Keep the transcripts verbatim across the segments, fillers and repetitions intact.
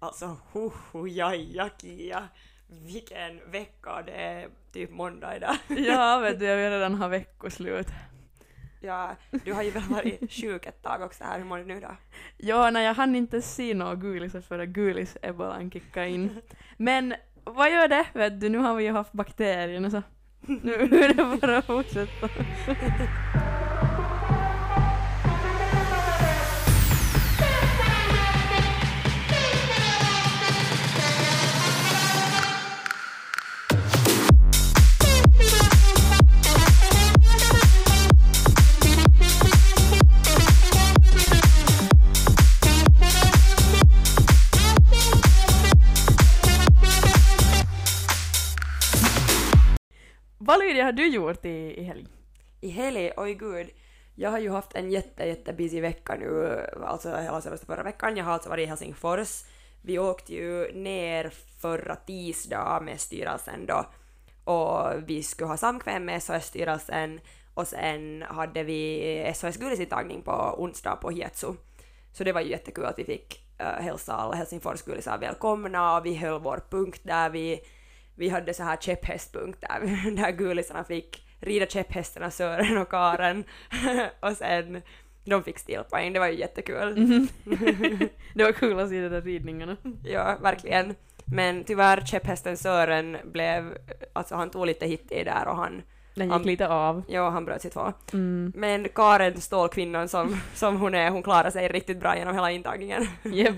Alltså, hoho, jaja, Kia. Vilken vecka, det är typ måndag idag. Ja, vet du, jag vill redan ha veckoslut. Ja, du har ju väl varit sjuk ett tag också här. Hur mår du nu då? Ja, nej, jag hann inte se några gulisar för att gulis-ebolan kickade in. Men vad gör det? Vet du, nu har vi ju haft bakterierna så nu är det bara att fortsätta. Vad Lydia har du gjort i, i helg? I helg, oj gud. Jag har ju haft en jätte, jätte busy vecka nu, alltså hela senaste förra veckan. Jag har alltså varit i Helsingfors. Vi åkte ju ner förra tisdag med styrelsen då. Och vi skulle ha samkväm med S O S-styrelsen. Och sen hade vi S O S-gulisintagning på onsdag på Hietsu. Så det var ju jättekul att vi fick uh, hälsa alla Helsingfors-gulisar välkomna. Och vi höll vår punkt där vi... Vi hade så här käpphästpunkt där, där gulisarna fick rida käpphästarna Sören och Karen och sen de fick stilpoäng. Det var ju jättekul. Mm. Det var kul att se de där ridningarna. Ja, verkligen. Men tyvärr käpphästen Sören blev, alltså han tog lite hit i där och han... Den gick han, lite av. Ja, han bröt sitt två. Mm. Men Karen, stålkvinnan som, som hon är, hon klarade sig riktigt bra genom hela intagningen. Yep.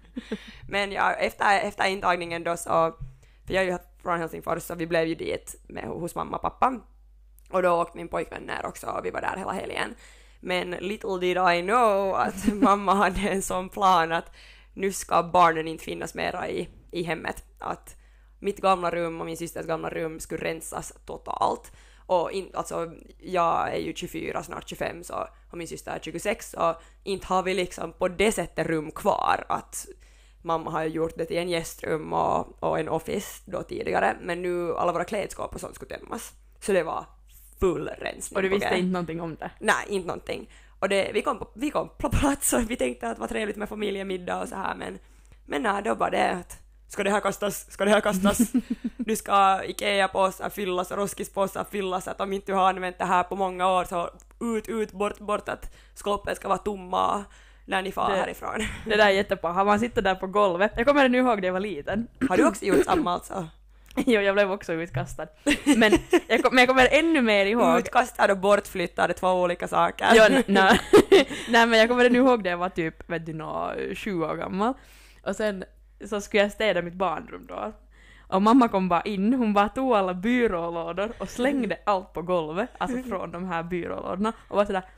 Men ja, efter, efter intagningen då så... För jag är ju från Helsingfors så vi blev ju dit med, hos mamma och pappa. Och då åkte min pojkvän ner också och vi var där hela helgen. Men little did I know att mamma hade en sån plan att nu ska barnen inte finnas mera i, i hemmet. Att mitt gamla rum och min systers gamla rum skulle rensas totalt. Och in, alltså, jag är ju tjugofyra, snart tjugofem så, och min syster är tjugosex så inte har vi liksom på det sättet rum kvar att... Mamma har ju gjort det till en gästrum och, och en office då tidigare. Men nu alla våra klädskåp och sånt skulle tömmas. Så det var full rensning. Och du visste inte någonting om det? Nej, inte någonting. Och det, vi, kom på, vi kom på plats och vi tänkte att det var trevligt med familjemiddag och så här. Men, men nej, då var det att ska det här kastas, ska det här kastas. Du ska Ikea-påsar fyllas och Roskis-påsar fyllas. Att om inte du har använt det här på många år så ut, ut, bort, bort. Att skåpet ska vara tomma. När ni far det, härifrån. Det där är jättebra. Har man sitter där på golvet. Jag kommer nu ihåg när jag var liten. Har du också gjort samma alltså? Jo, jag blev också utkastad. Men jag, kom, men jag kommer ännu mer ihåg... Utkastad och bortflyttad är två olika saker. Ja, nej. Nej, men jag kommer nu ihåg när jag var typ, vet du, nå, sju år gammal. Och sen så skulle jag städa mitt barnrum då. Och mamma kom bara in, hon bara tog alla byrålådor och slängde allt på golvet. Alltså från de här byrålådorna. Och var sådär...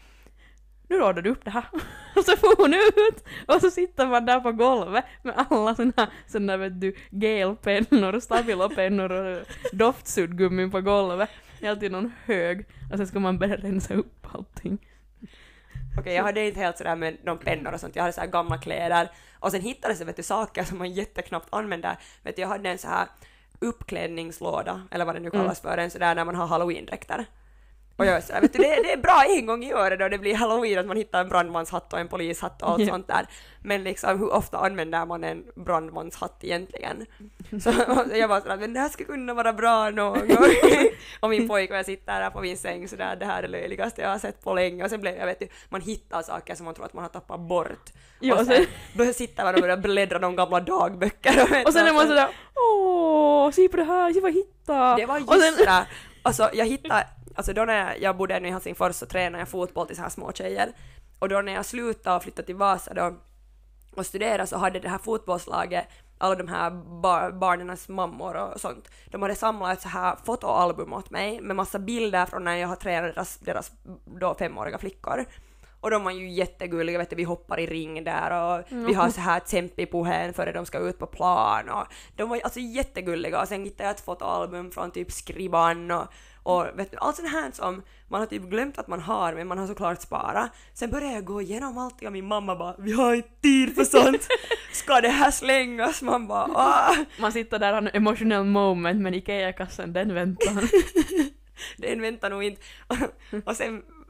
Nu rådde du upp det här. Och så får hon ut. Och så sitter man där på golvet med alla såna, såna vet du, gelpennor, stabilopennor och doftsuddgummin på golvet. Helt i någon hög. Och sen ska man börja rensa upp allting. Okej, okay, jag hade inte helt sådär med de pennor och sånt. Jag hade så här gamla kläder. Och sen hittades det vet du, saker som man jätteknappt använder. Vet du, jag hade en så här uppklädningslåda, eller vad det nu kallas mm. för, en sådär när man har halloween-dräkter. Och jag så, vet du, det, det är bra en gång i året då det blir halloween att man hittar en brandmanshatt och en polishatt och allt yeah. sånt där. Men liksom hur ofta använder man en brandmanshatt egentligen? Så jag var sådär, men det här skulle kunna vara bra någon gång. Och min pojke sitter där på min säng sådär, det här är löjligaste jag har sett på länge. Och sen blev jag, vet du, man hittar saker som man tror att man har tappat bort. Jo, och sen börjar sitta man och börjar bläddra de gamla dagböcker. Och, och sen är man sådär, åh, se på det här, se vad jag hittade. Det var just och sen... sådär, alltså jag hittade... Alltså då när jag bodde ännu i Helsingfors så tränade jag fotboll till så här små tjejer. Och då när jag slutade och flyttade till Vasa då och studerade så hade det här fotbollslaget, alla de här bar- barnens mammor och sånt, de hade samlat ett så här fotoalbum åt mig med massa bilder från när jag har tränat deras, deras då femåriga flickor. Och de var ju jättegulliga, vet du, vi hoppar i ring där och mm. vi har så här tempipohen före de ska ut på plan och de var alltså jättegulliga. Och sen hittade jag ett fotoalbum från typ Skriban och Och vet du, allt sånt här som man har typ glömt att man har, men man har såklart sparat. Sen började jag gå igenom allt och min mamma bara, vi har inte tid för sånt. Ska det här slängas? Man bara, ah. Man sitter där och har en emotional moment, men Ikea-kassan, den väntar. Den väntar nog inte. Och sen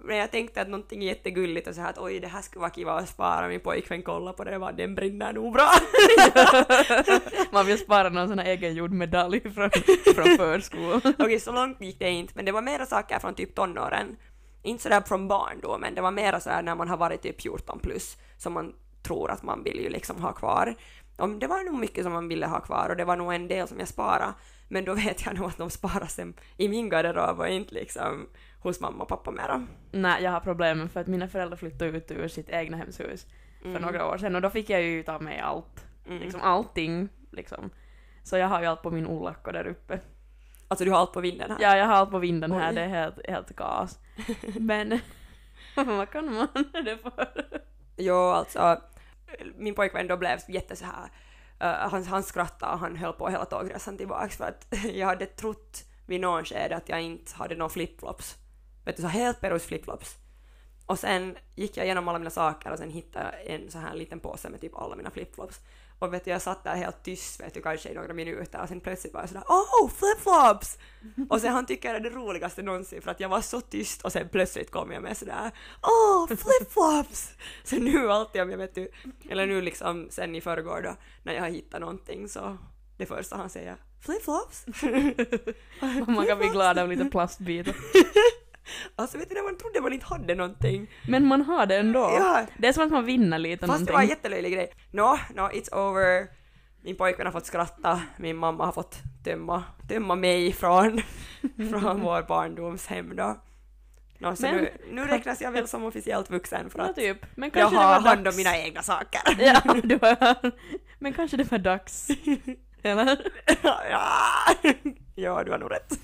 när jag tänkte att någonting är jättegulligt och så här att oj, det här skulle vara kiva att spara, min pojkvän kolla på det, var den brinner nog bra. Man vill spara någon sån här egengjord medalj från, från förskolan. Okej, okay, så långt gick det inte, men det var mera saker från typ tonåren. Inte sådär från barndom, men det var mera sådär när man har varit typ fjorton plus som man tror att man vill ju liksom ha kvar. Och det var nog mycket som man ville ha kvar och det var nog en del som jag sparade. Men då vet jag nog att de sparar sig i min garderob och inte liksom hos mamma och pappa mera. Nej, jag har problem för att mina föräldrar flyttade ut ur sitt egna hemshus för mm. några år sedan och då fick jag ju ta med allt. Mm. Liksom allting liksom. Så jag har ju allt på min olacko där uppe. Alltså du har allt på vinden här? Ja, jag har allt på vinden här. Oj. Det är helt, helt gas. Men vad kan man det för? Jo, alltså min pojkvän då blev jätte så här. Uh, han, han skrattade och han höll på hela tågresan tillbaks för att jag hade trott vid någon skede att jag inte hade någon flipflops. Vet du, så helt perus flipflops. Och sen gick jag igenom alla mina saker och sen hittade en så här liten påse med typ alla mina flipflops. Och vet du, jag satt där helt tyst, vet du, kanske i några minuter och sen plötsligt var jag sådär, oh, flipflops! Och sen han tycker det är det roligaste någonsin för att jag var så tyst och sen plötsligt kom jag med sådär, oh, flipflops! Så nu alltid om jag vet du, eller nu liksom sen i förrgår då, när jag har hittat någonting så det första han säger, flipflops! Man kan bli glad av lite plastbitar. Alltså vet du, när man trodde man inte hade någonting. Men man har det ändå. Ja. Det är som att man vinner lite fast någonting. Det var en jättelöjlig grej. No, no, it's over. Min pojkvän har fått skratta. Min mamma har fått tömma, tömma mig från, från vår barndomshem då. No, så men, nu, nu räknas jag väl som officiellt vuxen för att ja, typ. Men jag kanske har det var hand om dags. mina egna saker. Ja, du har. Men kanske det var dags. Eller? Ja, ja, du har nog rätt.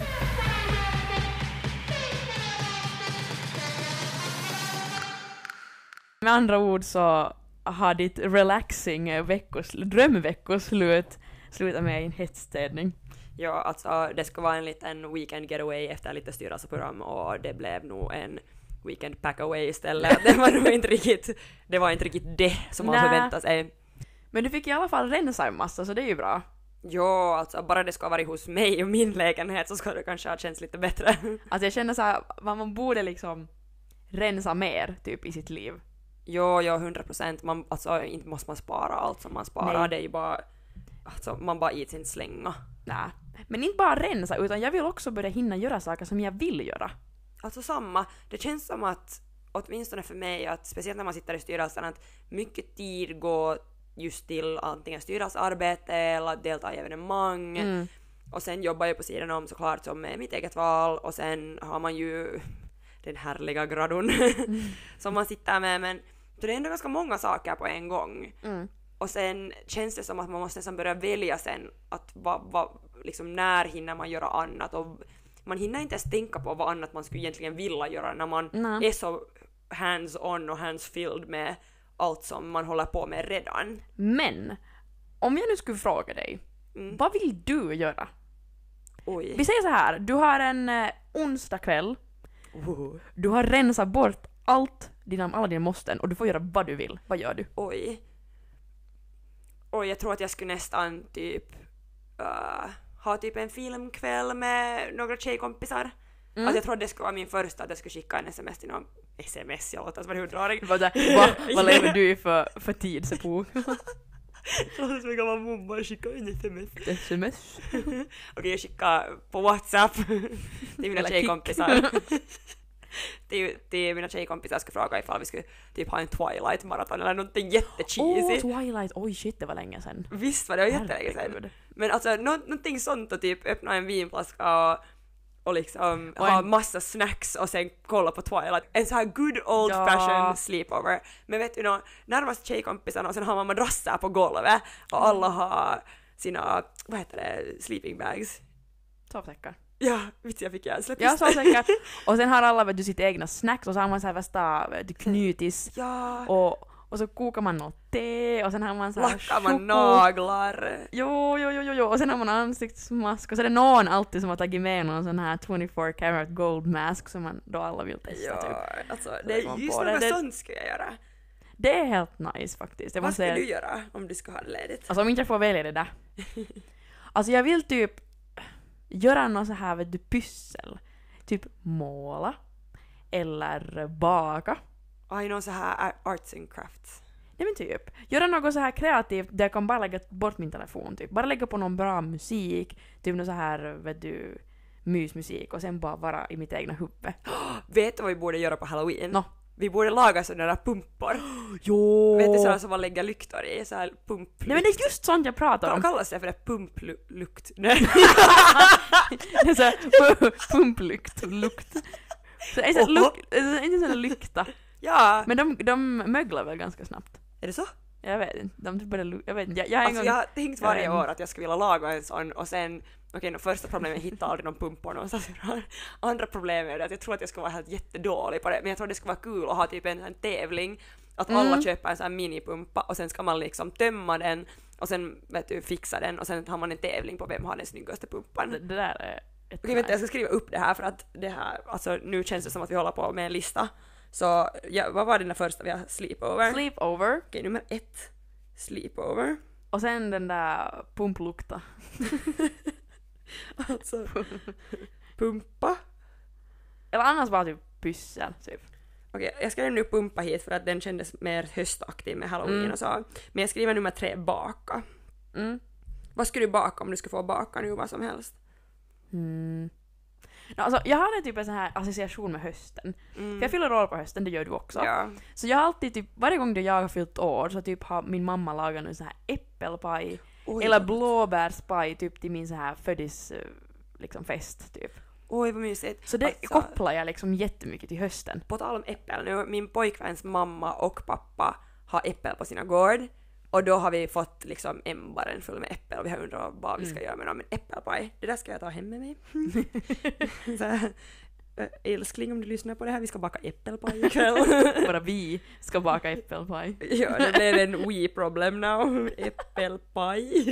Med andra ord så har ditt relaxing veckoslut, drömveckoslut slutat med en hetsstädning. Ja, alltså det ska vara en liten weekend getaway efter lite styrelseprogram och det blev nog en weekend packaway istället. Det var nog inte riktigt det var inte riktigt det som man förväntade sig. Men du fick i alla fall rensa en massa så det är ju bra. Ja, alltså bara det ska vara hos mig och min lägenhet så ska det kanske ha känts lite bättre. Alltså jag känner så här, vad man borde liksom rensa mer typ i sitt liv. Jo, ja, hundra procent. Man, alltså, inte måste man spara allt som man sparar. Nej. Det är ju bara, alltså, man bara i sin slänga. Nej, men inte bara rensa, utan jag vill också börja hinna göra saker som jag vill göra. Alltså samma. Det känns som att, åtminstone för mig, att speciellt när man sitter i styrelsen, att mycket tid går just till antingen styrelsearbete eller att delta i evenemang. Mm. Och sen jobbar jag på sidan om såklart som är mitt eget val. Och sen har man ju den härliga gradon mm. som man sitter med, men det är ändå ganska många saker på en gång. Mm. Och sen känns det som att man måste nästan börja välja sen att va, va, liksom när hinner man göra annat, och man hinner inte ens tänka på vad annat man skulle egentligen vilja göra när man mm. är så hands-on och hands-filled med allt som man håller på med redan. Men om jag nu skulle fråga dig, mm. vad vill du göra? Oj. Vi säger så här, du har en eh, onsdag kväll. Uh. Du har rensat bort allt dina, alla dina måsten och du får göra vad du vill. Vad gör du? Oj. Oj, jag tror att jag skulle nästan typ uh, ha typ en filmkväll med några tjejkompisar. Mm. Alltså jag tror att det skulle vara min första, att jag skulle skicka en sms till någon. Sms, jag låter som en hundraring. Vad, vad, vad lever du i för, för tidsepok? Jag låter som en gammal mamma och skickar en sms. Sms? Okej, okay, jag skickar på WhatsApp till mina tjejkompisar. till, till mina tjejkompisar ska fråga ifall vi skulle typ ha en Twilight-maraton eller någonting jättecheesy. Åh, oh, Twilight! Oj, shit, det var länge sedan. Visst var det, var jättelänge sedan. Men alltså, nå- någonting sånt och typ öppna en vinflaska och och liksom och ha en massa snacks och sen kolla på Twilight. En så här good old ja. fashioned sleepover. Men vet du, nå, närmast tjejkompisarna och sen har man madrasser på golvet och alla har sina, vad heter det, sleeping bags. Sovsäckar. Ja, vet jag fick jag släppa. Ja, sovsäckar. Och sen har alla vet du sitt egna snacks och så har man så här värsta knytis. Ja. Och Och så kokar man något te och sen har man så här lackar man naglar. Jo, jo, jo, jo, och sen har man ansiktsmask och så är det någon alltid som har tagit med någon sån här twenty-four karat gold mask som man då alla vill testa. Ja, typ. alltså det är just något det, sånt ska jag göra. Det är helt nice faktiskt. Vad ska du göra om du ska ha det ledigt? Alltså om inte jag får välja det där. Alltså jag vill typ göra någon så här vet du pyssel. Typ måla. eller baka. Aj, någon så här arts and crafts. Nej men typ. Göra något så här kreativt där jag kan bara lägga bort min telefon typ. Bara lägga på någon bra musik. Typ någon så här, vet du, mysmusik och sen bara vara i mitt egna huvud. Vet du vad vi borde göra på Halloween? No. Vi borde laga sådana där pumpor. Jo. Vet du sådana som man lägger lyktor i? Så här pumplukt. Nej men det är just sånt jag pratar om. Kan kallas det för det pumplukt? Nej. Det är så här pu- pumplukt. Lukt. Så det är så luk, inte sån lykta. Ja. Men de, de möglar väl ganska snabbt. Är det så? Jag vet inte. De typ bara lu- jag vet inte. Jag, jag, har en Alltså gång, jag har tänkt varje jag vet år att jag skulle vilja laga en sån och sen okej, okay, no, första problemet är att jag hittar aldrig någon pumpor någonstans. Andra problemet är att jag tror att jag ska vara helt jättedålig på det, men jag tror det ska vara kul att ha typ en, en tävling att Mm. alla köper en sån här minipumpa och sen ska man liksom tömma den och sen vet du, fixa den och sen har man en tävling på vem har den snyggaste pumpan. det, det där är ett Okej, vänta, jag ska skriva upp det här för att det här, alltså nu känns det som att vi håller på med en lista. Så ja, vad var den där första vi har? Sleepover? Sleepover. Okej, nummer ett. Sleepover. Och sen den där pumplukta. Alltså, pumpa. Eller annars bara typ pyssel, typ. Okej, jag skrev nu pumpa hit för att den kändes mer höstaktig med Halloween Mm. och så. Men jag skriver nummer tre, baka. Mm. Vad skulle du baka om du skulle få baka nu vad som helst? Mm. No, alltså, jag har en typ en sån här association med hösten. Mm. För jag fyller år på hösten, det gör du också. Ja. Så jag har alltid typ, varje gång då jag har fyllt år så typ har min mamma lagat en sån här äppelpaj. Oj, Eller vad- blåbärspaj typ till min så här födis eh, liksom fest typ. Oj, vad mysigt. Så det Alltså, kopplar jag liksom jättemycket till hösten. på tal om äppel nu, min pojkväns mamma och pappa har äppel på sina gård. Och då har vi fått liksom ämbaren full med äppel och vi har undrat vad vi ska Mm. göra med dem. Men äppelpaj, det där ska jag ta hem med mig. Så här, äh, älskling om du lyssnar på det här, vi ska baka äppelpaj ikväll. Bara vi ska baka äppelpaj. Ja, det blev en we problem now. Äppelpaj.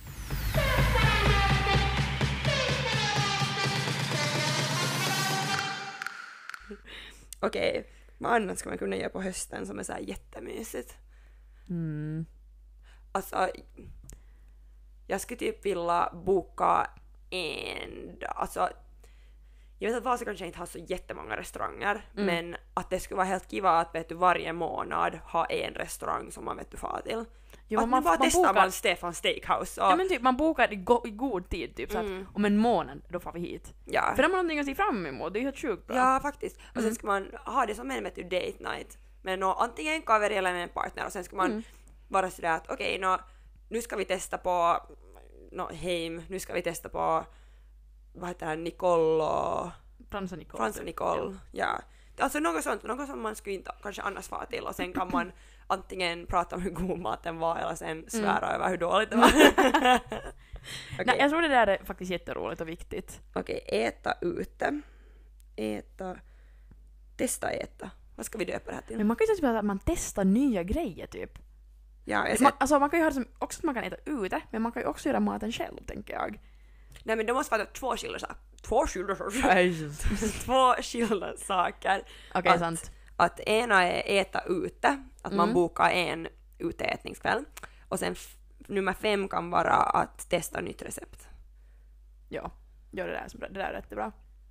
Okej, vad annat ska man kunna göra på hösten som är så här jättemysigt? Mm. Alltså, jag skulle typ vilja boka en, alltså, jag vet att Vasa kanske inte har så jättemånga restauranger, Mm. men att det skulle vara helt kiva att vet du, varje månad ha en restaurang som man vet du far till. Jo, att man, man bara man testar bokar, man Stefan Steakhouse och, ja, men typ, man bokar i, go- i god tid typ så att Mm. om en månad då får vi hit. ja. För det har man någonting att se fram emot, det är helt sjukt bra. Ja, faktiskt. Och sen Mm. ska man ha det som en vet du, date night med nå, antingen en kaveri eller med en partner och sen ska man Mm. vara sådär att okej, nå, nu ska vi testa på nå, Heim, nu ska vi testa på vad heter det, Nicole och Frans och Nicole. Frans och Nicole. Ja. Alltså något sånt, något som man skulle inte kanske annars fara till och sen kan man antingen prata om hur god maten var eller sen svära över hur dåligt det var. Okej, Nej, jag tror det där är faktiskt jätteroligt och viktigt. Okej, äta ute. Äta. Testa äta. Vad ska vi döpa det här till? Men man kan ju säga att man testar nya grejer typ. Ja, jag ser. Man, alltså man kan ju ha det som, också att man kan äta ute, men man kan ju också göra maten själv, tänker jag. Nej men det måste vara två skilda saker. Två skilda saker. Två skilda saker. Okej, Att- sant. Att ena är äta ute. Att man Mm. bokar en uteätningskväll. Och sen f- nummer fem kan vara att testa nytt recept. Ja, gör det där, så bra. Det där är jättebra.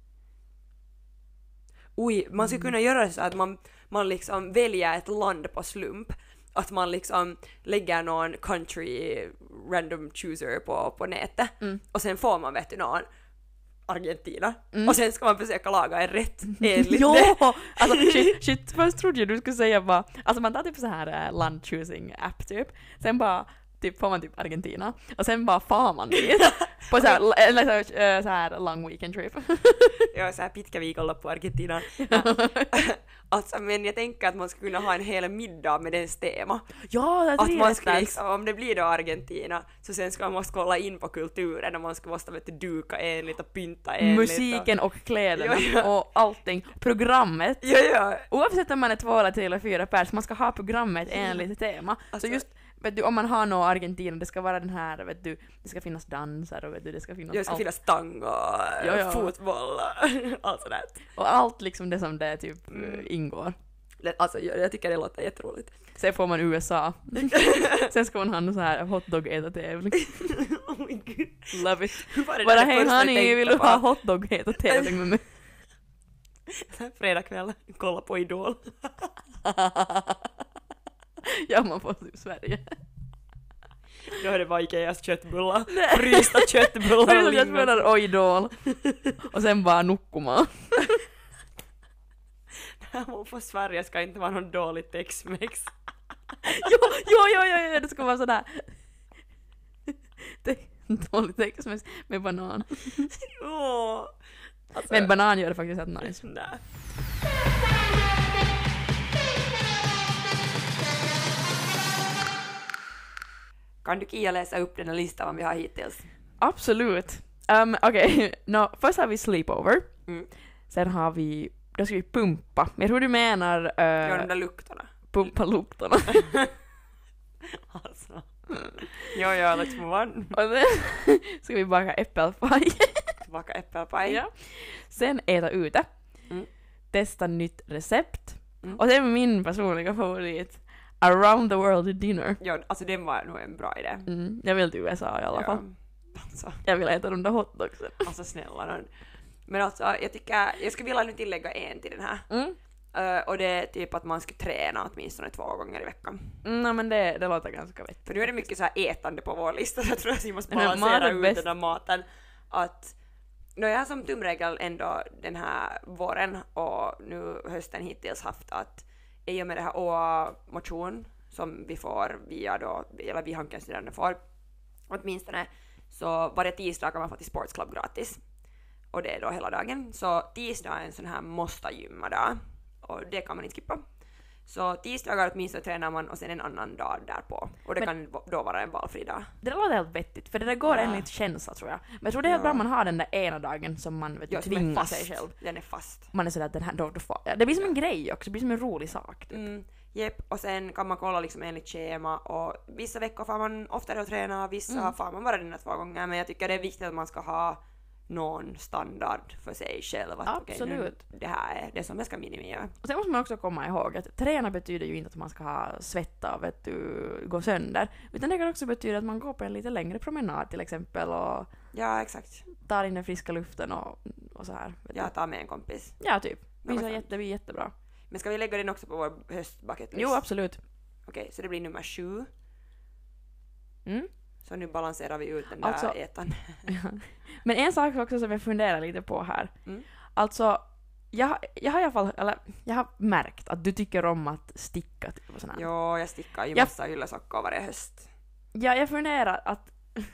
Oj, man Mm. skulle kunna göra det så att man, man liksom väljer ett land på slump. Att man liksom lägger någon country random chooser på, på nätet. Mm. Och sen får man vet du någon Argentina. Mm. Och sen ska man försöka laga en rätt enligt det. Ja! Alltså shit, shit, först trodde jag du skulle säga bara, alltså man tar typ så här uh, land choosing app typ, sen bara typ får man typ Argentina, och sen bara far man dit på så här, eller så, uh, så här long weekend trip. Ja, så här pitkä viikonloppu på Argentina. Ja. Alltså, men jag tänker att man skulle kunna ha en hel middag med dens tema. Ja, det Att är man skulle det. liksom, om det blir då Argentina, så sen ska man måste kolla in på kulturen och man ska måste vet du, duka enligt och pynta enligt. Musiken och kläderna Ja, ja. och allting. Programmet. Ja, ja. Oavsett om man är två eller tre eller fyra pers, man ska ha programmet enligt tema. Alltså- så just, vet du, om man har något Argentina, det ska vara den här, vet du, det ska finnas danser och vet du, det ska finnas Jag ska allt. finnas tango, Ja, ja. fotboll, allt sådär. Och allt liksom det som det typ Mm. eh, ingår. Det- Alltså, jag, jag tycker det låter jätteroligt. Sen får man U S A. Sen ska man ha någon så här hotdog-äta-tävling. Oh my god. Love it. Hur var det Bara där det hej första jag honey, tänkte vill du på? ha hotdog-äta-tävling med mig? Fredag kväll, kolla på Idol. Ja, man får typ Sverige. Då är det bara Ikeas köttbullar. Frysta köttbullar och Frysta lingon. köttbullar och Idol. Och sen bara nukkumaan. Och på Sverige ska inte vara någon dålig Tex-Mex. jo, jo, jo, jo, jo, det ska vara sådär. Dåligt Tex-Mex med banan. Åh. Alltså, Men banan gör det faktiskt helt nice. Nej. Kan du Kia läsa upp den här listan vi har hittills? Absolut. Um, Okej, okay. no, först har vi sleepover. Mm. Sen har vi, då ska vi pumpa. Jag tror du menar... Uh, Gör de där lukterna. Pumpa lukterna. Alltså. Jo, jo, let's move on. Och sen ska vi baka äppelpaj. Baka äppelpaj. Ja. Sen äta ute. Mm. Testa nytt recept. Mm. Och sen min personliga favorit. Around the world dinner. Ja, alltså det var nog en bra idé. Mm. Jag vill till U S A i alla Ja. fall. Alltså, Jag vill äta de där hotdogsen. alltså snälla någon. Men alltså, jag tycker, jag skulle vilja nu tillägga en till den här. Mm. Uh, och det är typ att man ska träna åtminstone två gånger i veckan. Mm, nej, men det, det låter ganska vettigt. För nu är det mycket så här ätande på vår lista, så jag tror att vi måste Den här balansera maten ut bäst. den där maten. Att, no, jag har som tumregel ändå den här våren och nu hösten hittills haft att i och med det här O A-motion som vi får via då, eller vi Hankenstuderande får, åtminstone så varje tisdag kan man få till Sports Club gratis. Och det är då hela dagen. Så tisdag är en sån här måste gymma dag. Och det kan man inte skippa. Så tisdagar åtminstone tränar man och sen en annan dag därpå. Och det Men, kan då vara en valfri dag. Det låter helt vettigt, för det där går Ja. enligt känsla tror jag. Men jag tror det är Ja. bra man har den där ena dagen som man vet, Ja, som är tvingar fast. sig själv. Den är fast. Man är sådär att den här, då, då får, ja, det blir som en grej också, det blir som en rolig sak. Typ. Mm, Jep, och sen kan man kolla liksom enligt schema och vissa veckor får man oftare att träna, vissa Mm. får man bara den här två gånger. Men jag tycker det är viktigt att man ska ha någon standard för sig själv. Att, okej, Absolut. nu, det här är det som jag ska minimera. Och sen måste man också komma ihåg att träna betyder ju inte att man ska ha svetta och vet du, gå sönder. Utan det kan också betyda att man går på en lite längre promenad till exempel och Ja, exakt. tar in den friska luften och, och så här. Vet Jag du. tar med en kompis. Ja, typ. Ja, Vi vad så fan. jätte, det blir jättebra. Men ska vi lägga den också på vår höstbucketlist? Jo, absolut. Okej, så det blir nummer sju. Mm. Så nu balanserar vi ut den där Alltså- ätan. Men en sak också som jag funderar lite på här. Mm. Alltså, jag, jag har i alla fall, eller jag har märkt att du tycker om att sticka typ och sånt här. Jo, jag stickar ju Ja. massa yllesockor varje höst. Ja, jag funderar att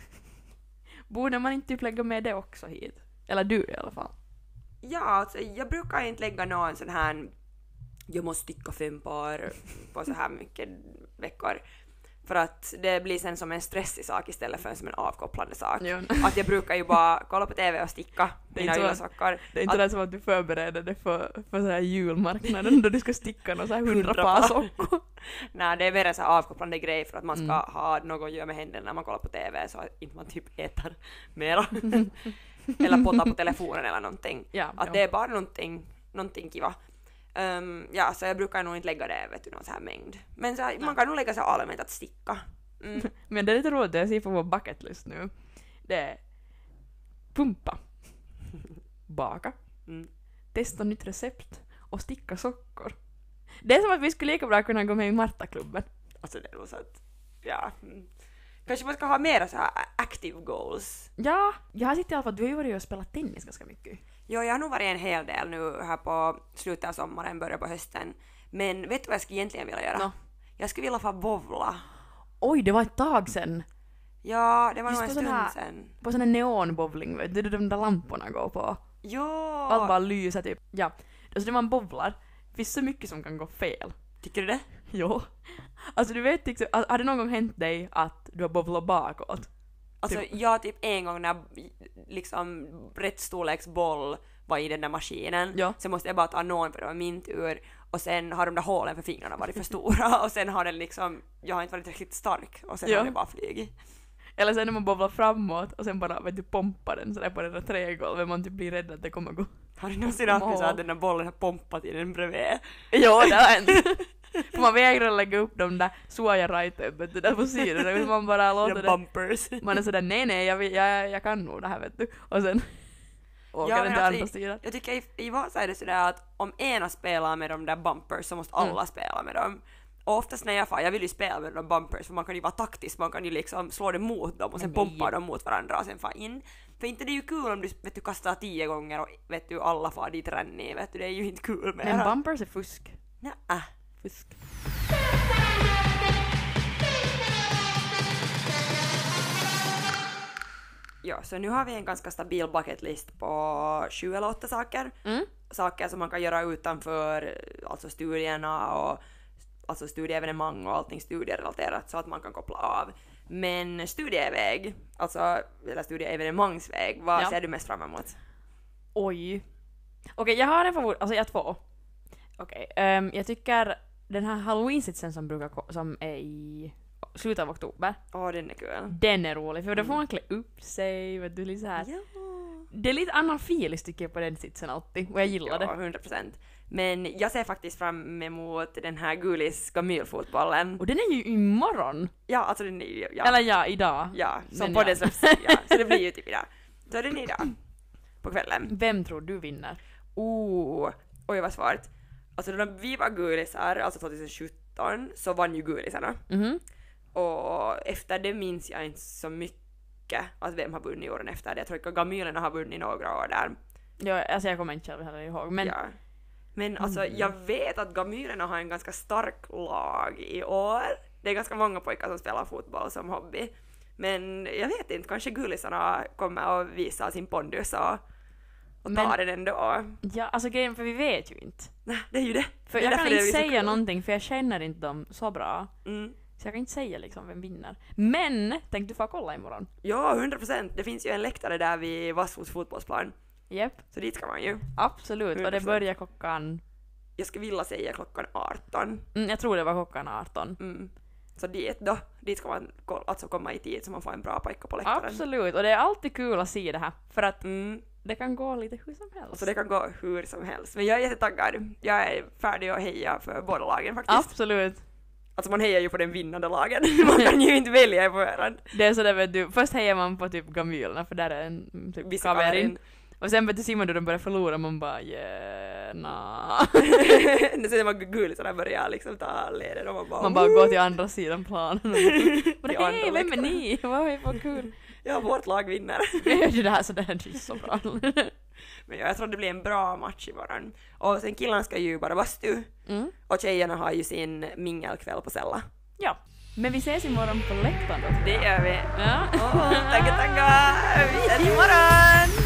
borde man inte typ lägga med det också hit? Eller du i alla fall. Ja, alltså jag brukar inte lägga någon sån här jag måste sticka fem par på så här mycket veckor. För att det blir sen som en stressig sak istället för som en avkopplande sak. Jo. Att jag brukar ju bara kolla på T V och sticka Det är mina inte så- yllesockor. Det är inte Att- det som att du förbereder dig för, för så här julmarknaden då du ska sticka någon så här hundra Hundra par par. sockor. Nej, det är mer en så här avkopplande grej för att man ska Mm. ha något att göra med händerna när man kollar på T V så att inte man typ äter mera. Eller potar på telefonen eller någonting. Ja, Att ja. det är bara någonting, någonting kiva. Um, ja, så jag brukar nog inte lägga det, vet du, någon så här mängd. Men så här, man kan nog lägga så här allmänt att sticka. Mm. Men det är lite roligt, jag ser på vår bucketlist nu. Det är pumpa, baka, Mm. testa nytt recept och sticka sockor. Det är som att vi skulle lika bra kunna gå med i Marta-klubben. Alltså det är nog så att, ja. Mm. Kanske man ska ha mera så här active goals. Ja, jag har sett i alla fall att du har ju varit och spelat tennis ganska mycket. Jo, jag har nog varit en hel del nu här på slutet av sommaren, början på hösten. Men vet du vad jag skulle egentligen vilja göra? Nå. Jag skulle vilja få bowla. Oj, det var ett tag sedan. Ja, det var Just nog en på stund sån här- sen. På sån här neonbowling, vet du, de där lamporna går på. Jo! Allt bara lyser typ. Ja, alltså när man bowlar, finns så mycket som kan gå fel. Tycker du det? Jo. Alltså du vet inte, har det någon gång hänt dig att du har bowlat bakåt? Alltså Typ. jag typ en gång när liksom rätt storleks boll var i den där maskinen Ja. så måste jag bara ta någon för det var min tur och sen har de där hålen för fingrarna varit för stora och sen har den liksom, jag har inte varit riktigt stark och sen Ja. har det bara flugit. Eller sen när man bowlar framåt och sen bara vet du, pompar den sådär på den där trägolvet, man typ blir rädd att det kommer gå. Har du någonsin haft det så Mål. att den där bollen har pompat i den bredvid? Jo, det har hänt. För man vägrar lägga upp de där suojarajten, vet du, där på sidan. Där vill man bara låta Ja, det. bumpers. Man är sådär, nej nej, jag, vill, jag, jag kan nog det här vet du. Och sen, åker Ja, den men till alltså, andra sidan. Jag tycker i, i Vasa är det sådär att om ena spelar med de där bumpers så måste alla Mm. spela med dem. Och oftast när jag far, jag vill ju spela med de bumpers för man kan ju vara taktisk, man kan ju liksom slå det mot dem och sen Nej. pompa dem mot varandra och sen fara in. För inte det är ju kul om du, vet du kastar tio gånger och vet du alla far dit ränni, vet du, det är ju inte kul med Men bumpers är fusk. Nej, äh. Fusk. Ja, så nu har vi en ganska stabil bucketlist på sju eller åtta saker. Mm. Saker som man kan göra utanför alltså studierna och alltså studieevenemang och allting studierelaterat så att man kan koppla av. Men studieväg, alltså eller studieevenemangsväg, vad Ja. ser du mest fram emot? Oj. Okej, jag har en favorit, alltså jag har två. Okej, ehm, jag tycker den här Halloween-sitsen som brukar ko- som är i slutet av oktober, Åh, den är kul. den är rolig för då får man klä upp sig, vet du, lite så här. Ja. Det är lite annan feeling tycker jag på den sitsen alltid och jag gillar Ja, det. hundra procent. Men jag ser faktiskt fram emot den här Gulis Gamylfotbollen. Och den är ju imorgon. Ja, alltså den är ju, ja. Eller ja, idag. Ja, som Men på ja. det släpps, ja. Så det blir ju typ idag. Så den är idag. På kvällen. Vem tror du vinner? Oh, oj vad svårt. Alltså när vi var gulisar, alltså tjugohundrasjutton, så vann ju gulisarna. Mhm. Och efter det minns jag inte så mycket att vem har vunnit åren efter det. Jag tror att Gamylerna har vunnit några år där. Ja, alltså jag kommer inte själv heller ihåg, men Ja. Men alltså Mm. jag vet att Gamylerna har en ganska stark lag i år. Det är ganska många pojkar som spelar fotboll som hobby. Men jag vet inte, kanske gulisarna kommer att visa sin pondus och, och ta Men- den ändå. ja, alltså grejen, för vi vet ju inte. Nej, det är ju det. För det är jag därför kan det inte blir så säga kul. någonting för jag känner inte dem så bra. Mm. Så jag kan inte säga liksom vem vinner. Men, tänkte du få kolla imorgon? Ja, hundra procent. Det finns ju en läktare där vid Vassfos fotbollsplan. Japp, Så dit ska man ju. absolut. Och det hundra procent. börjar klockan... Jag skulle vilja säga klockan arton. Mm, jag tror det var klockan arton. Mm. Så dit då. Dit ska man ko- alltså komma i tid så man får en bra pojke på läktaren. Absolut, och det är alltid kul att se det här. För att Mm. det kan gå lite hur som helst. Så det kan gå hur som helst. Men jag är jättetaggad. Jag är färdig att heja för båda lagen faktiskt. Absolut. Alltså man hejar ju på den vinnande lagen. Man kan ju inte välja i förhand. Det är så där vet du, först hejar man på typ Gamylerna för där är en mm, typ Vissa kaverin. kaverin. Och sen vet du, ser man då de börjar förlora, man bara yeah, nah. Sen ser man gulisarna börjar liksom ta leden och man bara... Man bara går till andra sidan planen. Men Till andra hej, vem är läktaren. ni? Vad är vad kul. Ja, vårt lag vinner. Jag gör ju det här så det är så bra. Men jag tror det blir en bra match imorgon. Och sen killarna ska ju bara bastu. Mm. Och tjejerna har ju sin mingelkväll på Sella. Ja, men vi ses imorgon på läktaren då. Det gör vi. Ja. Åh, tagga, tagga! Vi ses imorgon!